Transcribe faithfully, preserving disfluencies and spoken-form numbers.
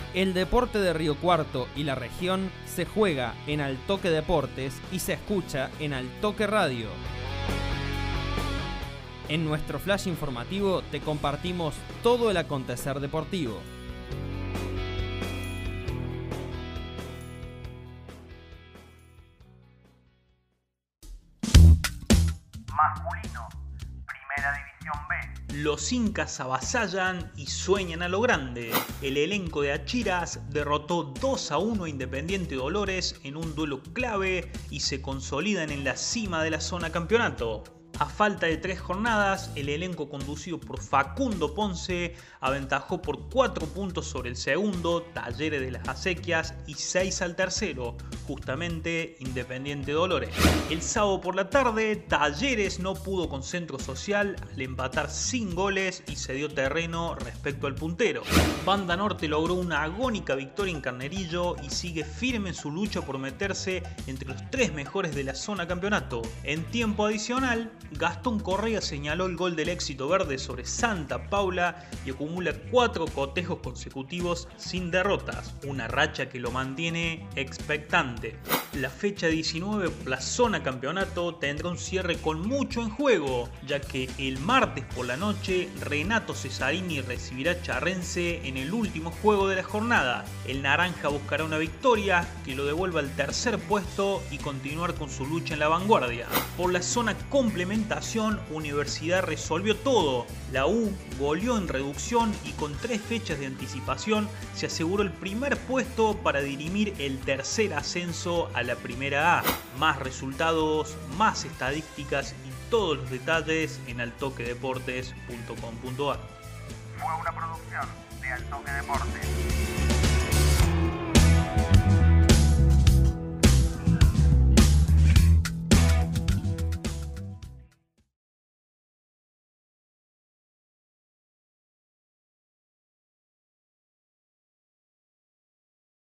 El deporte de Río Cuarto y la región se juega en Altoque Deportes y se escucha en Altoque Radio. En nuestro flash informativo te compartimos todo el acontecer deportivo. Masculino, Primera División B. Los incas avasallan y sueñan a lo grande. El elenco de Achiras derrotó dos a uno a Independiente Dolores en un duelo clave y se consolidan en la cima de la zona campeonato. A falta de tres jornadas, el elenco conducido por Facundo Ponce aventajó por cuatro puntos sobre el segundo, Talleres de las Acequias, y seis al tercero, justamente Independiente Dolores. El sábado por la tarde, Talleres no pudo con Centro Social al empatar sin goles y cedió terreno respecto al puntero. Banda Norte logró una agónica victoria en Carnerillo y sigue firme en su lucha por meterse entre los tres mejores de la zona campeonato. En tiempo adicional, Gastón Correa señaló el gol del éxito verde sobre Santa Paula y acumula cuatro cotejos consecutivos sin derrotas, una racha que lo mantiene expectante. La fecha diecinueve por la zona campeonato tendrá un cierre con mucho en juego, ya que el martes por la noche Renato Cesarini recibirá a Charrense en el último juego de la jornada. El naranja buscará una victoria que lo devuelva al tercer puesto y continuar con su lucha en la vanguardia. Por la zona complementaria, Universidad resolvió todo. La U goleó en reducción y con tres fechas de anticipación se aseguró el primer puesto para dirimir el tercer ascenso a la Primera A. Más resultados, más estadísticas y todos los detalles en altoque deportes punto com punto a r. Fue una producción de Altoque Deportes.